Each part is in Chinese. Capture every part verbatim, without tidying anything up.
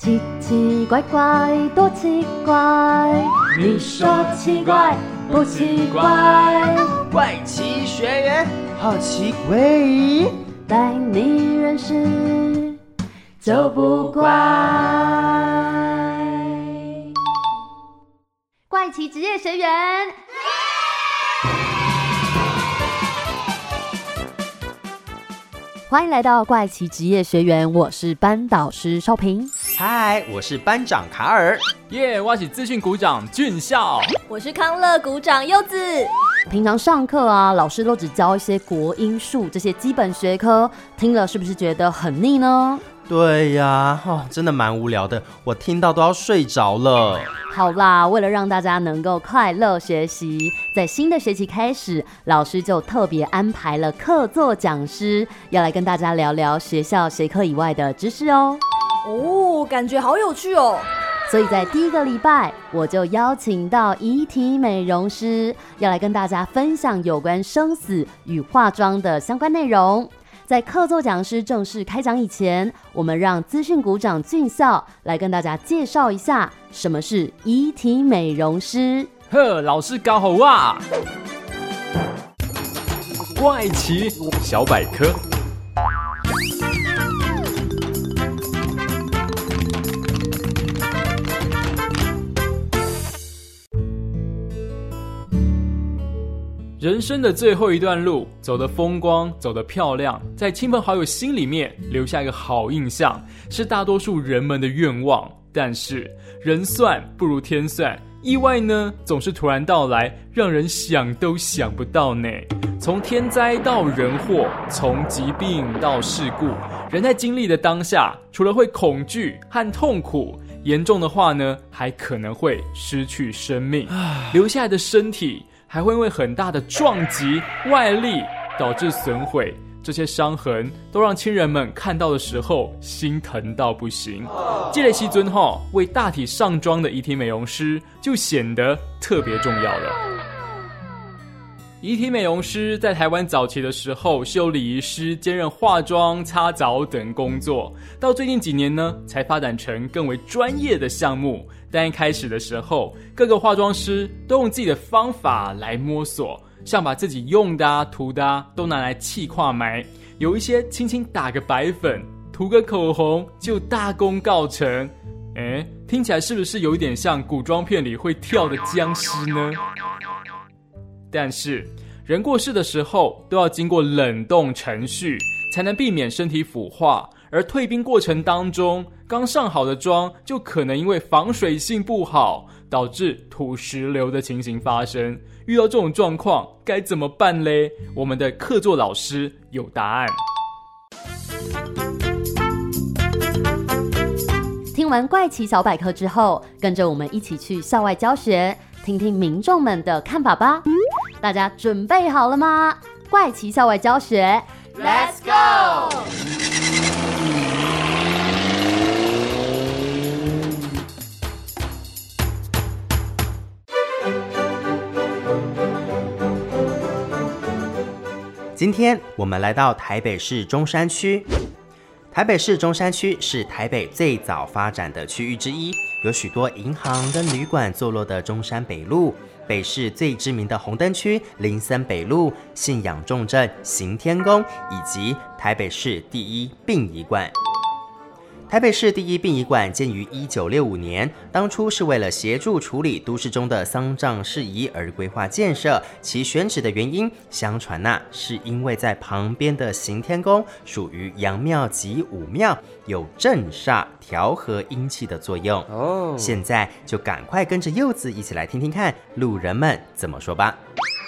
奇奇怪怪多奇怪， 你说奇怪不奇怪？ 怪奇学员好奇怪， 带你认识就不怪。怪奇职业学员，欢迎来到怪奇职业学员，我是班导师少平。 嗨，我是班长卡尔。 耶、yeah, 我是资讯股长俊孝。 我是康乐股长柚子。 平常上课啊，老师都只教一些国英数这些基本学科，听了是不是觉得很腻呢？ 对呀、哦，真的蛮无聊的，我听到都要睡着了。 好啦，为了让大家能够快乐学习，在新的学期开始，老师就特别安排了客座讲师，要来跟大家聊聊学校学科以外的知识哦。 哦，感觉好有趣哦。 所以在第一个礼拜，我就邀请到遗体美容师，要来跟大家分享有关生死与化妆的相关内容。在客座讲师正式开讲以前，我们让资讯股长俊孝来跟大家介绍一下什么是遗体美容师。 呵，老师搞好啊！怪奇小百科。人生的最后一段路，走得风光，走得漂亮，在亲朋好友心里面留下一个好印象，是大多数人们的愿望。但是人算不如天算，意外呢总是突然到来，让人想都想不到呢。从天灾到人祸，从疾病到事故，人在经历的当下，除了会恐惧和痛苦，严重的话呢，还可能会失去生命，留下来的身体还会因为很大的撞击外力导致损毁，这些伤痕都让亲人们看到的时候心疼到不行。这类时阵吼，为大体上妆的遗体美容师就显得特别重要了。遗体美容师在台湾早期的时候是由礼仪师兼任化妆、擦澡等工作，到最近几年呢，才发展成更为专业的项目。但一开始的时候，各个化妆师都用自己的方法来摸索，像把自己用的啊、涂的啊都拿来气化埋，有一些轻轻打个白粉、涂个口红就大功告成。诶，听起来是不是有一点像古装片里会跳的僵尸呢？但是人过世的时候都要经过冷冻程序，才能避免身体腐化，而退冰过程当中，刚上好的妆就可能因为防水性不好，导致土石流的情形发生。遇到这种状况该怎么办嘞？我们的客座老师有答案。 听完怪奇小百科之后，跟着我们一起去校外教学，听听民众们的看法吧。大家准备好了吗？怪奇校外教学 Let's go！ 今天我们来到台北市中山区。台北市中山区是台北最早发展的区域之一，有许多银行跟旅馆坐落的中山北路，北市最知名的红灯区林森北路、信仰重镇行天宫，以及台北市第一殡仪馆。台北市第一殡仪馆建于一九六五年，当初是为了协助处理都市中的丧葬事宜而规划建设。其选址的原因，相传呐、啊，是因为在旁边的行天宫属于阳庙及武庙，有镇煞、调和阴气的作用。哦，现在就赶快跟着柚子一起来听听看路人们怎么说吧。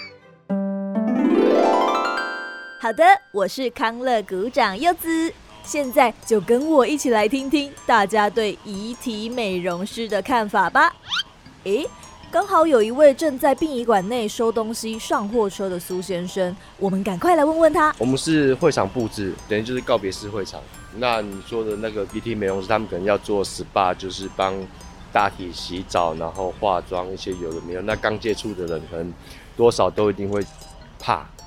好的，我是康乐股长柚子。现在就跟我一起来听听大家对遗体美容师的看法吧。诶，刚好有一位正在殡仪馆内收东西上货车的苏先生，我们赶快来问问他。 我们是会场布置，等于就是告别式会场。那你说的那个遗体美容师，他们可能要做 S P A， 就是帮大体洗澡，然后化妆一些有的没有。那刚接触的人可能多少都一定会怕。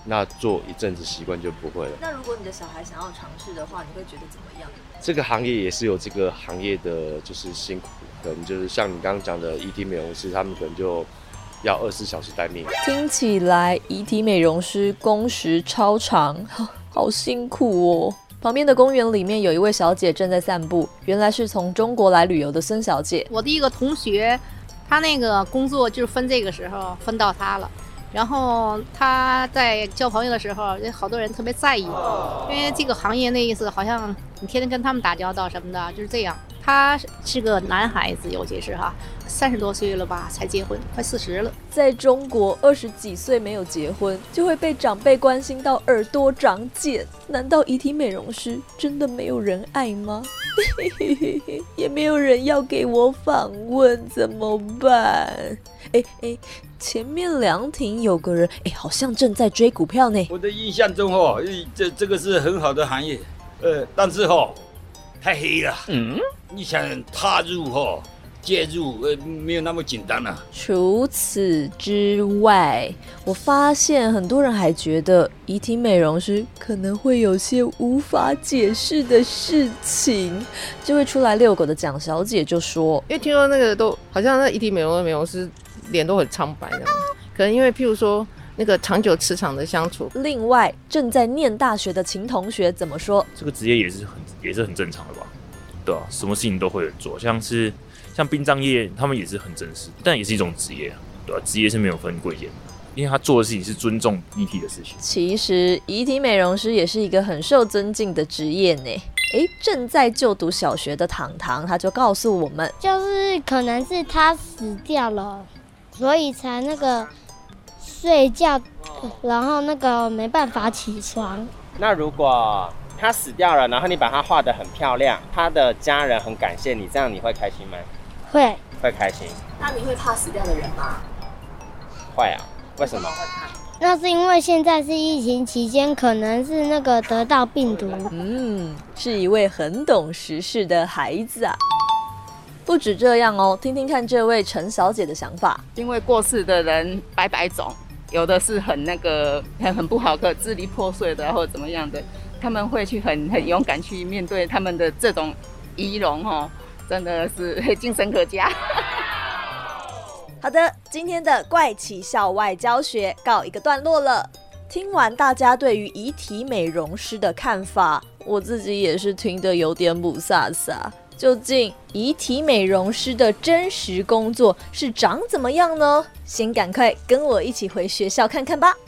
那做一阵子习惯就不会了。 那如果你的小孩想要尝试的话，你会觉得怎么样？ 这个行业也是有这个行业的就是辛苦，可能就是像你刚刚讲的遗体美容师，他们可能就要二十四小时待命。 听起来遗体美容师工时超长，好辛苦哦。旁边的公园里面有一位小姐正在散步，原来是从中国来旅游的孙小姐。 我的一个同学，他那个工作就是分这个时候分到他了。然后他在交朋友的时候，好多人特别在意，因为这个行业那意思好像你天天跟他们打交道什么的，就是这样。他是个男孩子，尤其是哈，三十多岁了吧才结婚，快四十了。 在中国，二十几岁没有结婚，就会被长辈关心到耳朵长茧。难道遗体美容师真的没有人爱吗？也没有人要给我访问，怎么办？哎哎，前面凉亭有个人，哎，好像正在追股票呢。 我的印象中哦，这这个是很好的行业，呃，但是哦，太黑了。嗯，你想踏入哦，介入呃，没有那么简单啊。 除此之外，我发现很多人还觉得遗体美容师可能会有些无法解释的事情。这位出来遛狗的蒋小姐就说， 因为听说那个都好像那遗体美容的美容师脸都很苍白的，可能因为譬如说那个长久磁场的相处。 另外，正在念大学的秦同学怎么说？ 这个职业也是很也是很正常的吧？对啊，什么事情都会有人做，像是像殡葬业，他们也是很正式，但也是一种职业啊，对啊，职业是没有分贵贱的，因为他做的事情是尊重遗体的事情。 其实，遗体美容师也是一个很受尊敬的职业呢。诶，正在就读小学的糖糖，他就告诉我们， 就是可能是他死掉了，所以才那个睡觉，然后那个没办法起床。 那如果他死掉了，然后你把他画得很漂亮，他的家人很感谢你，这样你会开心吗？ 会， 会开心。 那你会怕死掉的人吗？ 会啊，为什么？ 那是因为现在是疫情期间，可能是那个得到病毒。 嗯，是一位很懂时事的孩子啊。不止这样哦，听听看这位陈小姐的想法。 因为过世的人百百种，有的是很那个很很不好的，支离破碎的，或者怎么样的，他们会去很很勇敢去面对他们的这种仪容哦，真的是精神可嘉。 好的，今天的怪奇校外教学告一个段落了。听完大家对于遗体美容师的看法，我自己也是听得有点不飒飒。究竟遗体美容师的真实工作是长怎么样呢？先赶快跟我一起回学校看看吧。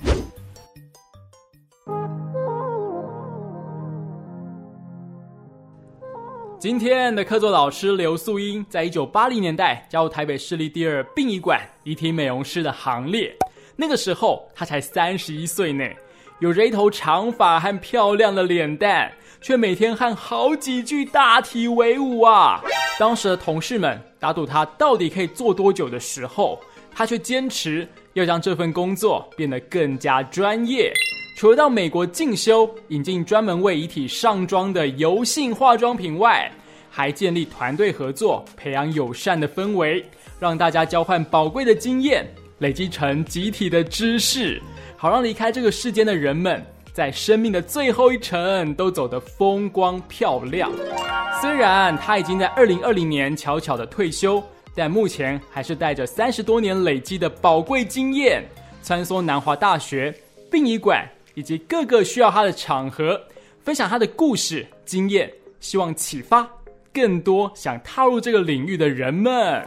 今天的客座老师刘素英，在一九八零年代加入台北市立第二殡仪馆遗体美容师的行列。那个时候她才三十一岁呢，有着一头长发和漂亮的脸蛋，却每天和好几具大体为伍啊！当时的同事们打赌她到底可以做多久的时候，她却坚持要将这份工作变得更加专业。除了到美国进修，引进专门为遗体上妆的油性化妆品外，还建立团队合作，培养友善的氛围，让大家交换宝贵的经验，累积成集体的知识，好让离开这个世间的人们在生命的最后一程都走得风光漂亮。虽然他已经在二零二零年悄悄的退休，但目前还是带着三十多年累积的宝贵经验，穿梭南华大学、殡仪馆以及各个需要他的场合，分享他的故事经验，希望启发更多想踏入这个领域的人们。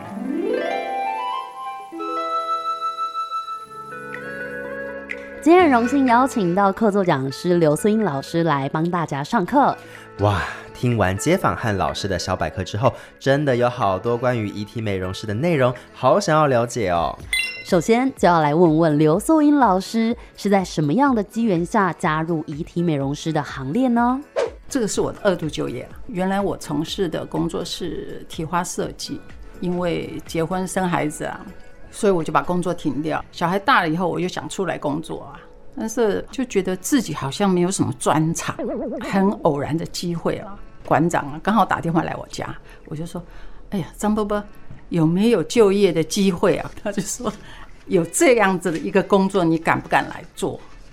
今天很荣幸邀请到客座讲师刘素英老师来帮大家上课。 哇，听完街访和老师的小百科之后，真的有好多关于遗体美容师的内容，好想要了解哦。 首先就要来问问刘素英老师是在什么样的机缘下加入遗体美容师的行列呢？ 这个是我的二度就业了。原来我从事的工作是体花设计，因为结婚生孩子啊，所以我就把工作停掉。小孩大了以后，我就想出来工作啊，但是就觉得自己好像没有什么专长。很偶然的机会啊，馆长啊刚好打电话来我家，我就说：“哎呀，张伯伯，有没有就业的机会啊？”他就说：“有这样子的一个工作，你敢不敢来做？”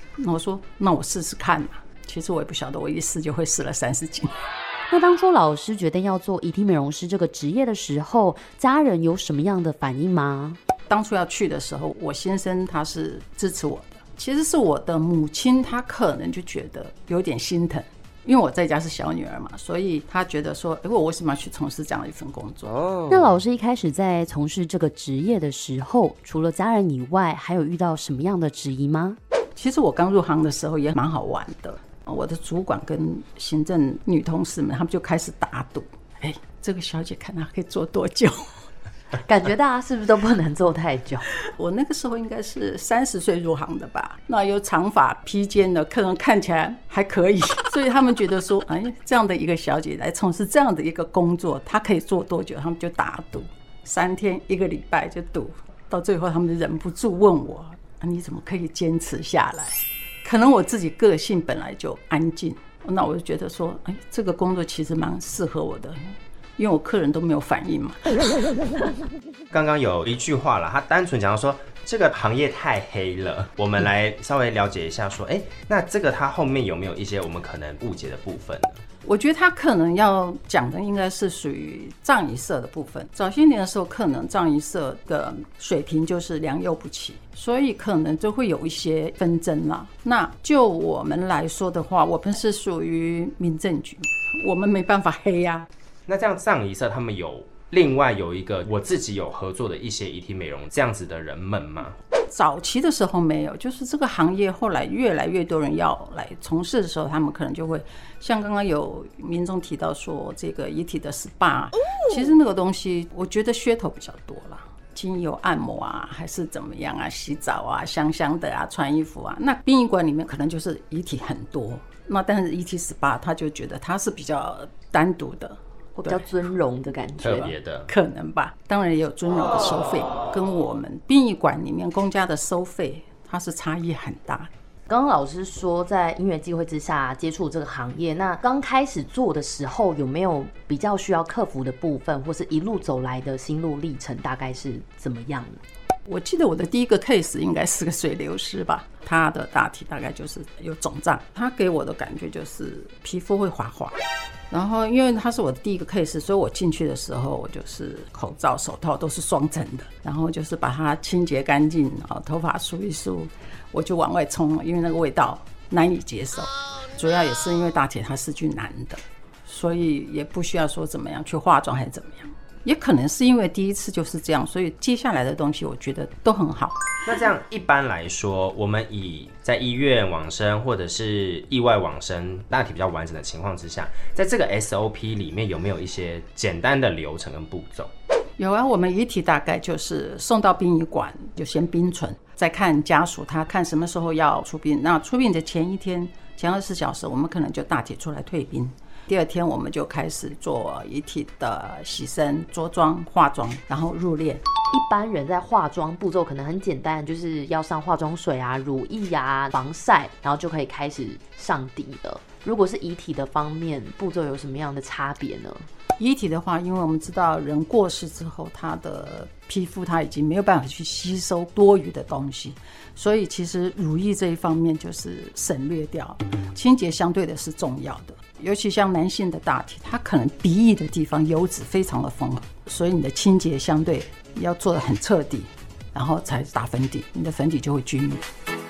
那我说那我试试看啊，其实我也不晓得，我一试就会试了三十斤。 那当初老师决定要做遗体美容师这个职业的时候，家人有什么样的反应吗？ 当初要去的时候，我先生他是支持我的，其实是我的母亲，她可能就觉得有点心疼，因为我在家是小女儿嘛，所以她觉得说，哎，我为什么要去从事这样的一份工作？ 哦，那老师一开始在从事这个职业的时候，除了家人以外，还有遇到什么样的质疑吗？ 其实我刚入行的时候也蛮好玩的，我的主管跟行政女同事们，他们就开始打赌，哎，这个小姐看她可以做多久？ 感觉大家是不是都不能做太久？ 我那个时候应该是三十岁入行的吧，那有长发披肩的，可能看起来还可以，所以他们觉得说，哎，这样的一个小姐来从事这样的一个工作，她可以做多久？他们就打赌，三天一个礼拜就赌，到最后他们就忍不住问我，啊，你怎么可以坚持下来？可能我自己个性本来就安静，那我就觉得说，哎，这个工作其实蛮适合我的。因为我客人都没有反应嘛。 刚刚有一句话了，他单纯讲到说这个行业太黑了，我们来稍微了解一下说，哎，那这个它后面有没有一些我们可能误解的部分呢？ 我觉得他可能要讲的应该是属于葬仪社的部分。早些年的时候，可能葬仪社的水平就是良莠不齐，所以可能就会有一些纷争啦。那就我们来说的话，我们是属于民政局，我们没办法黑啊。 那这样葬仪社他们有另外有一个我自己有合作的一些遗体美容这样子的人们吗？ 早期的时候没有，就是这个行业后来越来越多人要来从事的时候，他们可能就会像刚刚有民众提到说这个遗体的 S P A， 其实那个东西我觉得噱头比较多啦，精油按摩啊，还是怎么样啊，洗澡啊，香香的啊，穿衣服啊。那殡仪馆里面可能就是遗体很多，那但是遗体 S P A 他就觉得他是比较单独的。 比较尊荣的感觉， 特别的可能吧。当然也有尊荣的收费，跟我们殡仪馆里面公家的收费，它是差异很大的。 刚刚老师说，在因缘际会之下接触这个行业，那刚开始做的时候，有没有比较需要克服的部分，或是一路走来的心路历程，大概是怎么样呢？ 我记得我的第一个 case 应该是个水流师吧，他的大体大概就是有肿胀，他给我的感觉就是皮肤会滑滑。然后因为他是我的第一个 case， 所以我进去的时候我就是口罩手套都是双层的，然后就是把它清洁干净，然后头发梳一梳，我就往外冲，因为那个味道难以接受。主要也是因为大姐她是具男的，所以也不需要说怎么样去化妆还是怎么样，也可能是因为第一次就是这样，所以接下来的东西我觉得都很好。 那这样一般来说，我们以在医院往生或者是意外往生大体比较完整的情况之下，在这个 S O P 里面有没有一些简单的流程跟步骤？ 有啊，我们遗体大概就是送到殡仪馆就先冰存，再看家属他看什么时候要出殡，那出殡的前一天前二十四小时我们可能就大体出来退殡，第二天我们就开始做遗体的洗身、着装、化妆，然后入殓。 一般人在化妆步骤可能很简单，就是要上化妆水啊、乳液啊、防晒，然后就可以开始上底了。如果是遗体的方面，步骤有什么样的差别呢？ 遗体的话，因为我们知道人过世之后，他的皮肤他已经没有办法去吸收多余的东西，所以其实乳液这一方面就是省略掉，清洁相对的是重要的。尤其像男性的大体，他可能鼻翼的地方油脂非常的丰富，所以你的清洁相对要做得很彻底，然后才打粉底，你的粉底就会均匀。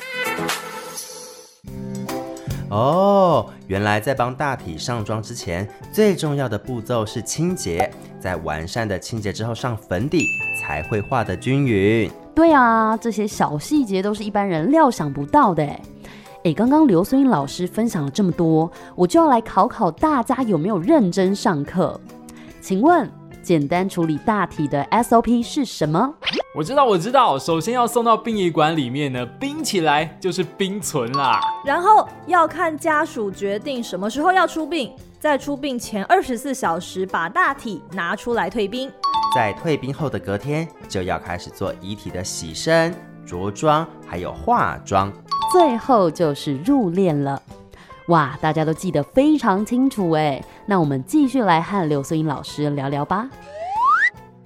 哦，原来在帮大体上妆之前，最重要的步骤是清洁，在完善的清洁之后上粉底，才会画得均匀。 对啊，这些小细节都是一般人料想不到的耶。哎，刚刚刘孙英老师分享了这么多，我就要来考考大家有没有认真上课。请问，简单处理大体的 S O P 是什么？ 我知道，我知道。首先要送到殡仪馆里面呢，冰起来就是冰存啦。 然后要看家属决定什么时候要出殡，在出殡前二十四小时把大体拿出来退冰。 在退冰后的隔天，就要开始做遗体的洗身、着装，还有化妆。 最后就是入殓了。哇，大家都记得非常清楚哎。那我们继续来和刘素英老师聊聊吧。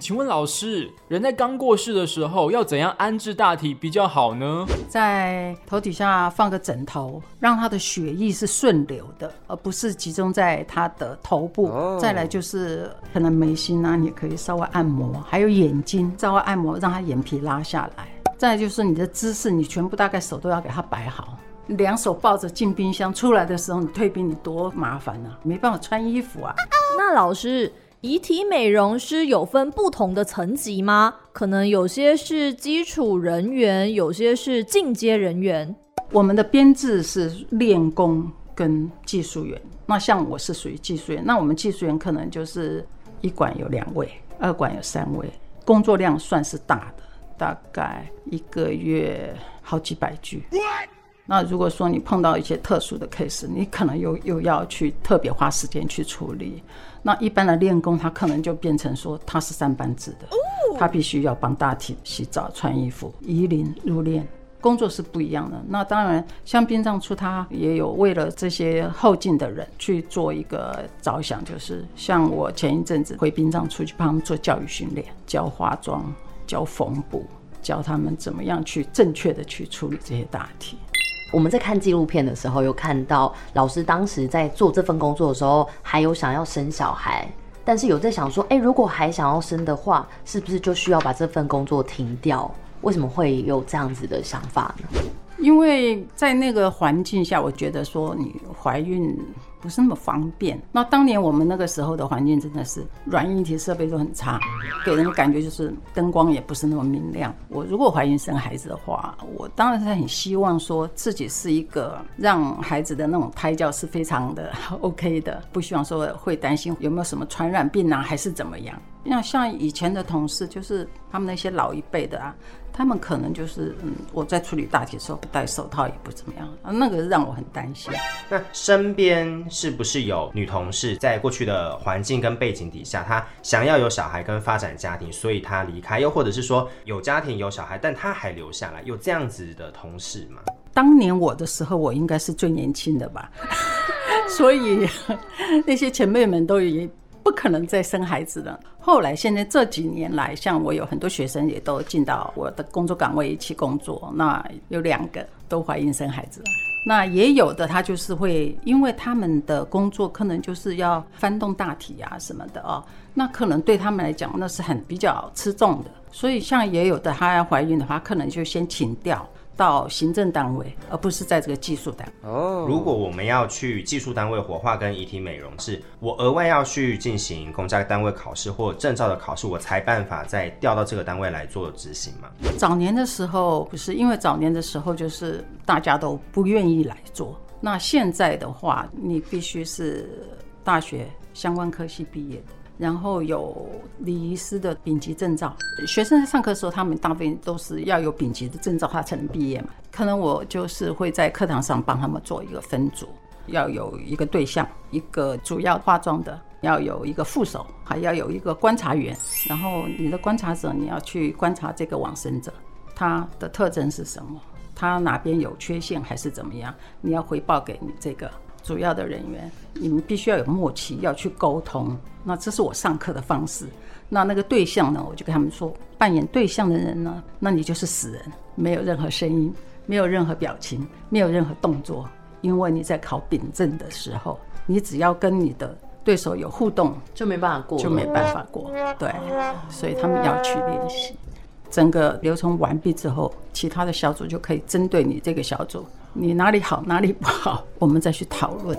请问老师，人在刚过世的时候要怎样安置大体比较好呢？ 在头底下放个枕头，让他的血液是顺流的，而不是集中在他的头部。哦、再来就是可能眉心啊，你可以稍微按摩，还有眼睛稍微按摩，让他眼皮拉下来。再来就是你的姿势，你全部大概手都要给他摆好。两手抱着进冰箱，出来的时候你退冰，你多麻烦啊，没办法穿衣服啊。 那老师，遗体美容师有分不同的层级吗？可能有些是基础人员，有些是进阶人员。 我们的编制是练功跟技术员，那像我是属于技术员，那我们技术员可能就是一馆有两位，二馆有三位，工作量算是大的，大概一个月好几百具。那如果说你碰到一些特殊的 case， 你可能又又要去特别花时间去处理。那一般的练功，他可能就变成说他是三班制的，他必须要帮大体洗澡、穿衣服、移灵入殓，工作是不一样的。那当然，像殡葬处，他也有为了这些后进的人去做一个着想，就是像我前一阵子回殡葬处去帮他们做教育训练，教化妆、教缝补，教他们怎么样去正确的去处理这些大体。 我们在看纪录片的时候，有看到老师当时在做这份工作的时候，还有想要生小孩，但是有在想说，哎、欸，如果还想要生的话，是不是就需要把这份工作停掉？为什么会有这样子的想法呢？ 因为在那个环境下，我觉得说你怀孕不是那么方便。那当年我们那个时候的环境真的是软硬体设备都很差，给人的感觉就是灯光也不是那么明亮。我如果怀孕生孩子的话，我当然是很希望说自己是一个让孩子的那种胎教是非常的 OK 的，不希望说会担心有没有什么传染病啊，还是怎么样。那像以前的同事，就是他们那些老一辈的啊，他们可能就是嗯，我在处理大体的时候不戴手套也不怎么样，啊、那个让我很担心。 那身边是不是有女同事在过去的环境跟背景底下，她想要有小孩跟发展家庭，所以她离开，又或者是说有家庭有小孩，但她还留下来，有这样子的同事吗？ 当年我的时候，我应该是最年轻的吧，所以那些前辈们都已经不可能再生孩子了。后来现在这几年来，像我有很多学生也都进到我的工作岗位一起工作，那有两个都怀孕生孩子了。那也有的他就是会，因为他们的工作可能就是要翻动大体啊什么的哦，那可能对他们来讲那是很比较吃重的，所以像也有的他要怀孕的话，可能就先请调到行政单位，而不是在这个技术单位。 哦，如果我们要去技术单位火化跟遗体美容，是我额外要去进行公家单位考试或证照的考试，我才办法再调到这个单位来做执行吗？ 早年的时候不是，因为早年的时候就是大家都不愿意来做。那现在的话，你必须是大学相关科系毕业的，然后有礼仪师的丙级证照。学生在上课的时候，他们大部分都是要有丙级的证照，他才能毕业嘛。可能我就是会在课堂上帮他们做一个分组，要有一个对象，一个主要化妆的，要有一个副手，还要有一个观察员。然后你的观察者，你要去观察这个往生者，他的特征是什么，他哪边有缺陷还是怎么样，你要回报给你这个主要的人员，你们必须要有默契，要去沟通。那这是我上课的方式。那那个对象呢，我就跟他们说，扮演对象的人呢，那你就是死人，没有任何声音，没有任何表情，没有任何动作，因为你在考丙证的时候，你只要跟你的对手有互动， 就没办法过， 就没办法过。对，所以他们要去练习。整个流程完毕之后，其他的小组就可以针对你这个小组，你哪里好哪里不好，我们再去讨论。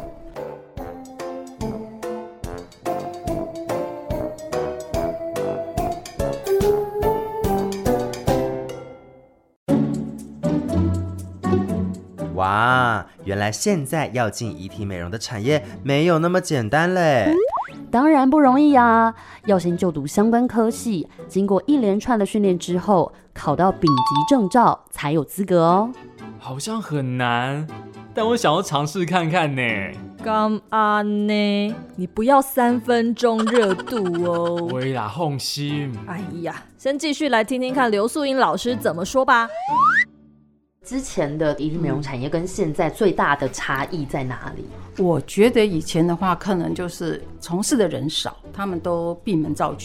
哇，原来现在要进遗体美容的产业没有那么简单嘞。 当然不容易啊，要先就读相关科系，经过一连串的训练之后，考到丙级证照才有资格哦。 好像很难，但我想要尝试看看呢。 干安呢？你不要三分钟热度哦。 喂啦，放心。 哎呀，先继续来听听看刘素英老师怎么说吧。 之前的遗体美容产业跟现在最大的差异在哪里？ 我觉得以前的话，可能就是从事的人少，他们都闭门造车，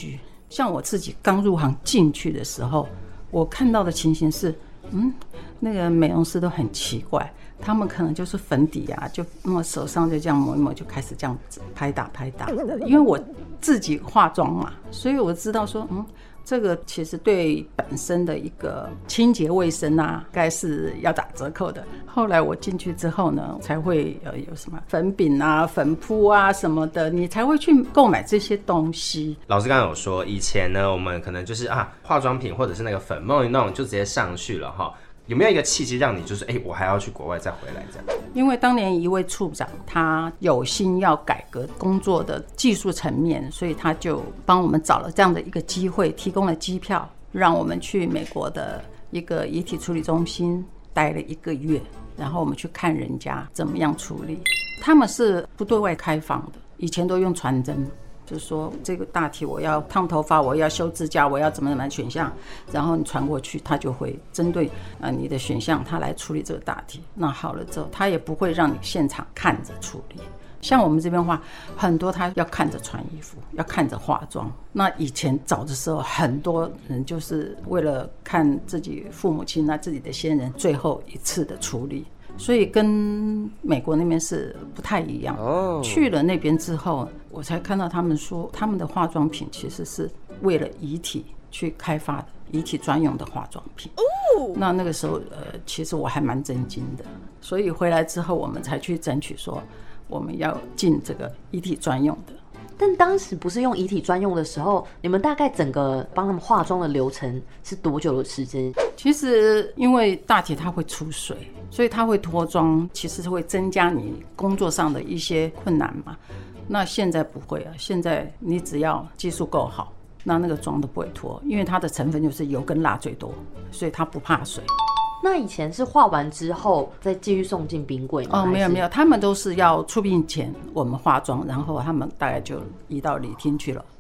像我自己刚入行进去的时候，我看到的情形是，嗯，那个美容师都很奇怪，他们可能就是粉底啊，就那么手上就这样抹一抹，就开始这样拍打拍打。因为我自己化妆嘛，所以我知道说，嗯，这个其实对本身的一个清洁卫生啊，该是要打折扣的。后来我进去之后呢，才会呃有什么粉饼啊、粉扑啊什么的，你才会去购买这些东西。 老师刚刚有说，以前呢，我们可能就是啊，化妆品或者是那个粉弄一弄就直接上去了哈。有没有一个契机让你就是哎、欸，我还要去国外再回来这样？ 因为当年一位处长他有心要改革工作的技术层面，所以他就帮我们找了这样的一个机会，提供了机票，让我们去美国的一个遗体处理中心待了一个月，然后我们去看人家怎么样处理。他们是不对外开放的，以前都用传真。就是说这个大体我要烫头发，我要修指甲，我要怎么怎么选项，然后你传过去，他就会针对呃你的选项，他来处理这个大体。那好了之后，他也不会让你现场看着处理。像我们这边话，很多他要看着穿衣服，要看着化妆。那以前早的时候，很多人就是为了看自己父母亲啊、自己的先人最后一次的处理。所以跟美国那边是不太一样。Oh. 去了那边之后，我才看到他们说，他们的化妆品其实是为了遗体去开发的，遗体专用的化妆品。Oh. 那那个时候，呃，其实我还蛮震惊的。所以回来之后，我们才去争取说，我们要进这个遗体专用的。 但当时不是用遗体专用的时候，你们大概整个帮他们化妆的流程是多久的时间？ 其实因为大体它会出水，所以它会脱妆，其实是会增加你工作上的一些困难嘛。那现在不会啊，现在你只要技术够好，那那个妆都不会脱，因为它的成分就是油跟蜡最多，所以它不怕水。 那以前是化完之后再继续送进冰柜吗？ 哦，没有没有，他们都是要出殡前我们化妆，然后他们大概就移到礼厅去了。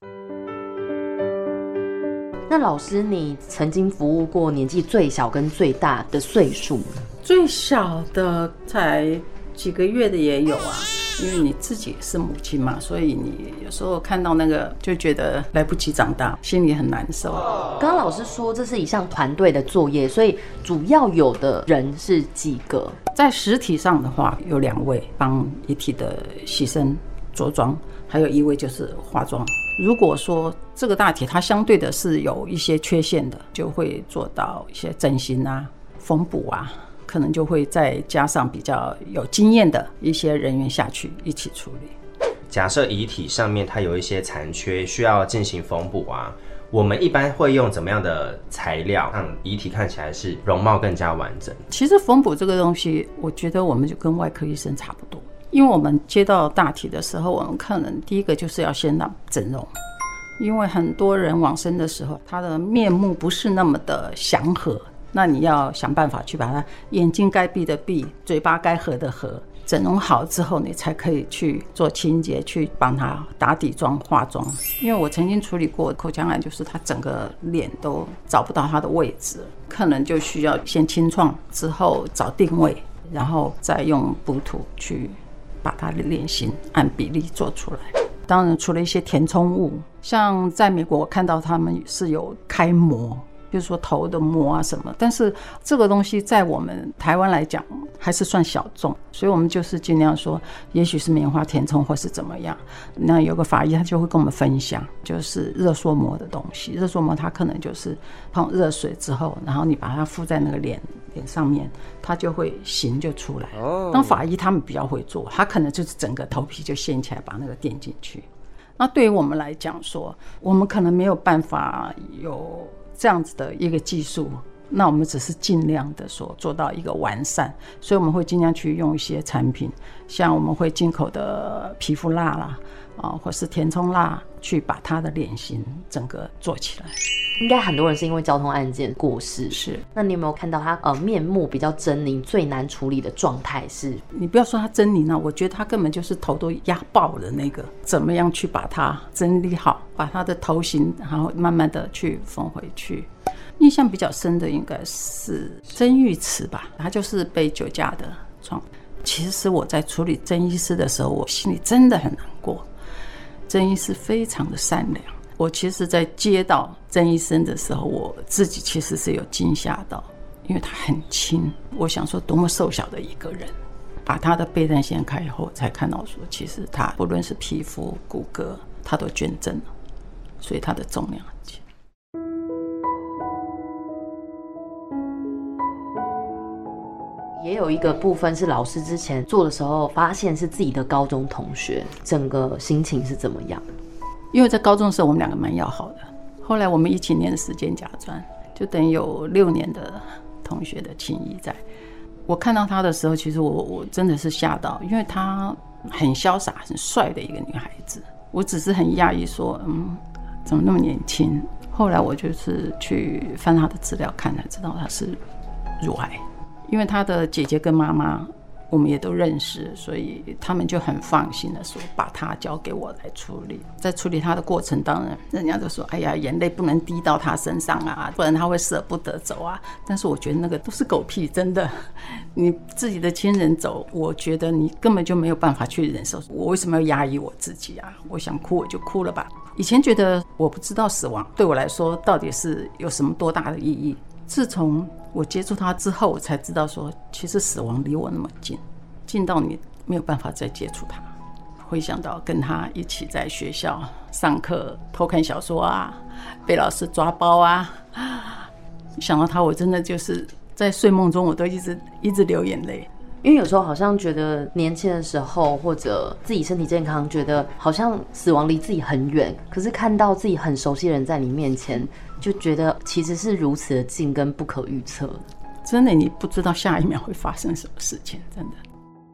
那老师，你曾经服务过年纪最小跟最大的岁数吗？ 最小的才几个月的也有啊，因为你自己是母亲嘛，所以你有时候看到那个就觉得来不及长大，心里很难受。 刚刚老师说这是一项团队的作业，所以主要有的人是几个？ 在实体上的话，有两位帮遗体的牺牲着装，还有一位就是化妆。如果说这个大体它相对的是有一些缺陷的，就会做到一些整形啊、缝补啊，可能就会再加上比较有经验的一些人员下去一起处理。 假设遗体上面它有一些残缺，需要进行缝补啊，我们一般会用怎么样的材料让遗体看起来是容貌更加完整？ 其实缝补这个东西，我觉得我们就跟外科医生差不多。因为我们接到大体的时候，我们可能第一个就是要先让整容，因为很多人往生的时候，他的面目不是那么的祥和，那你要想办法去把他眼睛该闭的闭，嘴巴该合的合，整容好之后，你才可以去做清洁，去帮他打底妆、化妆。因为我曾经处理过口腔癌，就是他整个脸都找不到他的位置，可能就需要先清创，之后找定位，然后再用补土去把它的脸型按比例做出来。当然除了一些填充物，像在美国我看到他们是有开模，比如说头的膜啊什么，但是这个东西在我们台湾来讲还是算小众，所以我们就是尽量说也许是棉花填充或是怎么样。那有个法医他就会跟我们分享，就是热缩膜的东西。热缩膜它可能就是碰热水之后，然后你把它敷在那个脸脸上面，它就会形就出来。那法医他们比较会做，他可能就是整个头皮就掀起来把那个垫进去。那对于我们来讲说，我们可能没有办法有这样子的一个技术，那我们只是尽量的说做到一个完善，所以我们会尽量去用一些产品，像我们会进口的皮肤蜡啦，啊，或是填充蜡，去把它的脸型整个做起来。 应该很多人是因为交通案件过世， 是。 那你有没有看到他呃面目比较狰狞、最难处理的状态是？ 你不要说他狰狞啊，我觉得他根本就是头都压爆了那个，怎么样去把它整理好，把他的头型，然后慢慢的去缝回去。印象比较深的应该是曾玉慈吧，他就是被酒驾的撞。其实我在处理曾医师的时候，我心里真的很难过。曾医师非常的善良。 我其实在接到曾医生的时候，我自己其实是有惊吓到，因为他很轻，我想说多么瘦小的一个人，把他的背带掀开以后才看到说其实他不论是皮肤骨骼他都捐赠了，所以他的重量很轻。 也有一个部分是老师之前做的时候发现是自己的高中同学，整个心情是怎么样？ 因为在高中的时候我们两个蛮要好的，后来我们一起念时间甲专，就等于有六年的同学的情谊在。我看到她的时候，其实我我真的是吓到，因为她很潇洒很帅的一个女孩子，我只是很讶异说嗯怎么那么年轻。后来我就是去翻她的资料看才知道她是乳癌，因为她的姐姐跟妈妈我们也都认识，所以他们就很放心的说把他交给我来处理。在处理他的过程，当然人家就说哎呀眼泪不能滴到他身上啊，不然他会舍不得走啊。但是我觉得那个都是狗屁，真的，你自己的亲人走，我觉得你根本就没有办法去忍受。我为什么要压抑我自己啊？我想哭我就哭了吧。以前觉得我不知道死亡对我来说到底是有什么多大的意义，自从我接触他之后，我才知道说其实死亡离我那么近，近到你没有办法再接触他。回想到跟他一起在学校上课偷看小说啊，被老师抓包啊，想到他我真的就是在睡梦中我都一直一直流眼泪。 因为有时候好像觉得年轻的时候或者自己身体健康，觉得好像死亡离自己很远，可是看到自己很熟悉的人在你面前，就觉得其实是如此的近跟不可预测的。 真的你不知道下一秒会发生什么事情，真的。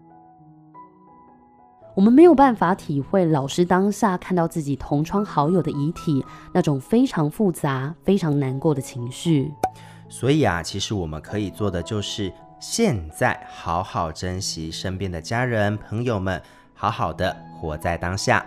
我们没有办法体会老师当下看到自己同窗好友的遗体那种非常复杂非常难过的情绪。 所以啊，其实我们可以做的就是现在好好珍惜身边的家人朋友们，好好的活在当下。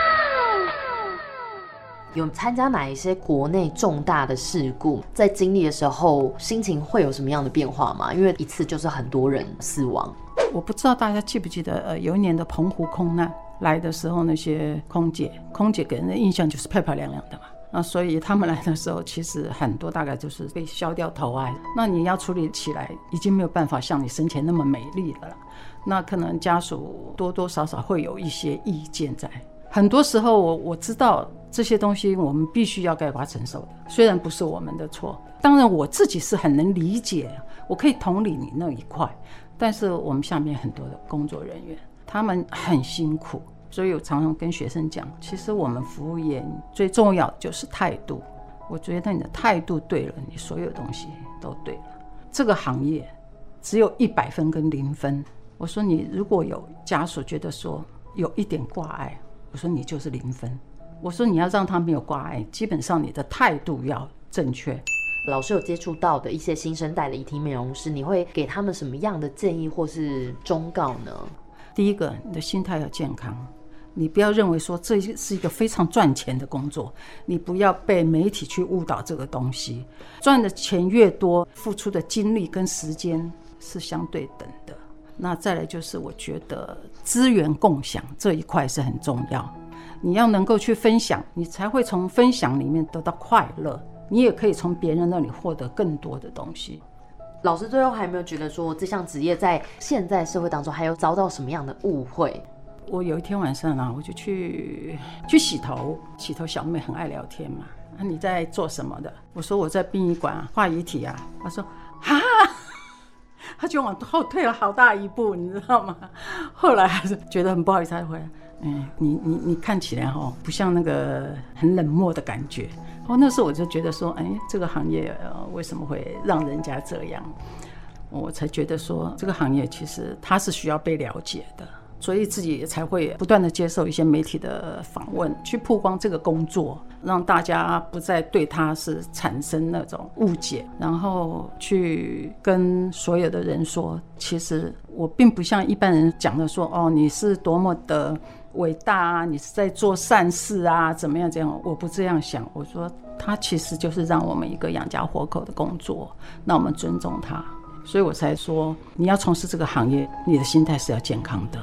有参加哪一些国内重大的事故，在经历的时候心情会有什么样的变化吗？因为一次就是很多人死亡。 我不知道大家记不记得呃，有一年的澎湖空难来的时候，那些空姐空姐给人的印象就是漂漂亮亮的嘛，那所以他们来的时候其实很多大概就是被削掉头啊，那你要处理起来已经没有办法像你生前那么美丽了，那可能家属多多少少会有一些意见在。很多时候 我, 我知道这些东西我们必须要概括承受的，虽然不是我们的错，当然我自己是很能理解，我可以同理你那一块，但是我们下面很多的工作人员他们很辛苦，所以我常常跟学生讲，其实我们服务业最重要就是态度，我觉得你的态度对了，你所有东西都对了。这个行业只有一百分跟零分，我说你如果有家属觉得说有一点挂碍，我说你就是零分，我说你要让他没有挂碍，基本上你的态度要正确。 老师有接触到的一些新生代的遗体美容师，你会给他们什么样的建议或是忠告呢？ 第一个，你的心态要健康，你不要认为说这是一个非常赚钱的工作，你不要被媒体去误导这个东西，赚的钱越多，付出的精力跟时间是相对等的。那再来就是我觉得资源共享这一块是很重要，你要能够去分享，你才会从分享里面得到快乐，你也可以从别人那里获得更多的东西。 老师最后还没有觉得说这项职业在现在社会当中还有遭到什么样的误会？ 我有一天晚上啊，我就去去洗头，洗头小妹很爱聊天嘛，啊你在做什么的？我说我在殡仪馆画遗体啊。她说哈，她就往后退了好大一步，你知道吗？后来还是觉得很不好意思，她回来，嗯，你你你看起来哈不像那个很冷漠的感觉。哦，那时候我就觉得说，哎，这个行业、呃、为什么会让人家这样？我才觉得说，这个行业其实它是需要被了解的，所以自己也才会不断的接受一些媒体的访问，去曝光这个工作，让大家不再对它是产生那种误解，然后去跟所有的人说，其实我并不像一般人讲的说，哦，你是多么的伟大啊，你是在做善事啊，怎么样这样，我不这样想。我说它其实就是让我们一个养家活口的工作，那我们尊重它，所以我才说你要从事这个行业，你的心态是要健康的。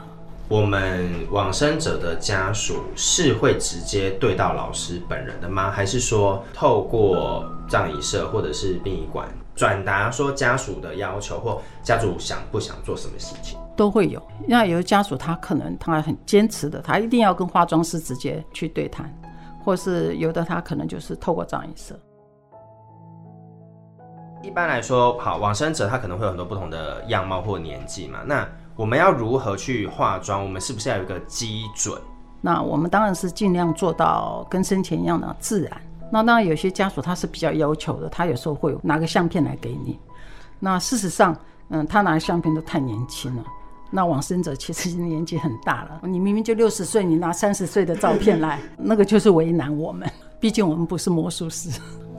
我们往生者的家属是会直接对到老师本人的吗？还是说透过葬仪社或者是殡仪馆转达说家属的要求，或家属想不想做什么事情？ 都会有。那有的家属他可能他很坚持的，他一定要跟化妆师直接去对谈，或是有的他可能就是透过葬仪社。 一般来说，好，往生者他可能会有很多不同的样貌或年纪嘛，那我们要如何去化妆？我们是不是要有一个基准？ 那我们当然是尽量做到跟生前一样的自然。那当然有些家属他是比较要求的，他有时候会拿个相片来给你。那事实上，嗯，他拿的相片都太年轻了。那往生者其实年纪很大了，你明明就六十岁，你拿三十岁的照片来，那个就是为难我们。毕竟我们不是魔术师。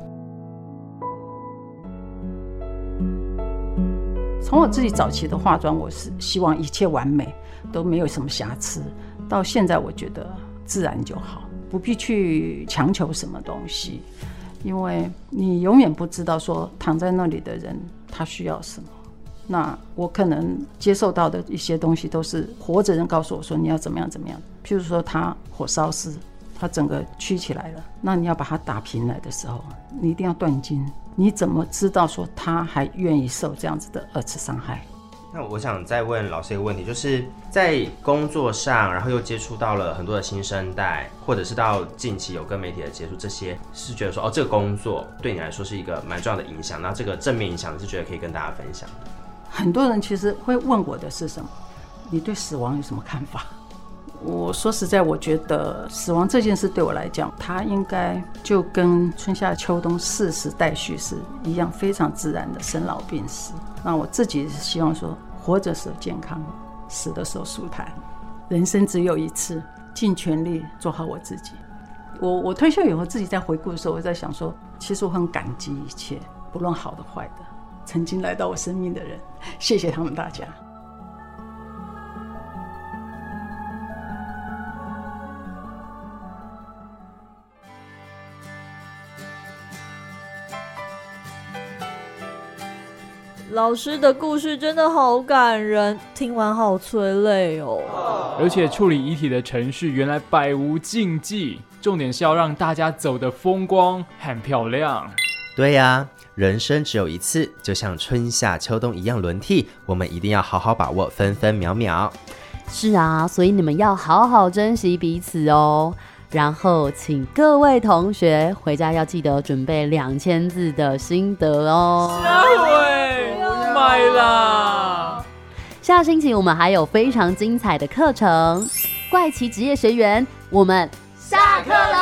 从我自己早期的化妆，我是希望一切完美，都没有什么瑕疵。到现在，我觉得自然就好，不必去强求什么东西，因为你永远不知道说躺在那里的人他需要什么。那我可能接受到的一些东西，都是活着人告诉我说你要怎么样怎么样。譬如说他火烧丝，他整个曲起来了，那你要把它打平来的时候，你一定要断筋。你怎么知道说他还愿意受这样子的二次伤害？ 那我想再问老师一个问题，就是在工作上，然后又接触到了很多的新生代，或者是到近期有跟媒体的接触，这些是觉得说哦，这个工作对你来说是一个蛮重要的影响，那这个正面影响是觉得可以跟大家分享的。 很多人其实会问我的是什么？你对死亡有什么看法？我说实在，我觉得死亡这件事对我来讲，它应该就跟春夏秋冬四时代序是一样，非常自然的生老病死。那我自己是希望说，活着时候健康，死的时候舒坦。人生只有一次，尽全力做好我自己。我我退休以后自己在回顾的时候，我在想说，其实我很感激一切，不论好的坏的，曾经来到我生命的人，谢谢他们大家。 老师的故事真的好感人，听完好催泪哦。 而且处理遗体的程序原来百无禁忌，重点是要让大家走得风光和漂亮。 对呀、啊，人生只有一次，就像春夏秋冬一样轮替，我们一定要好好把握分分秒秒。 是啊，所以你们要好好珍惜彼此哦。然后请各位同学回家要记得准备两千字的心得哦。 下回买啦！ 下星期我们还有非常精彩的课程，怪奇职业学员，我们下课喽。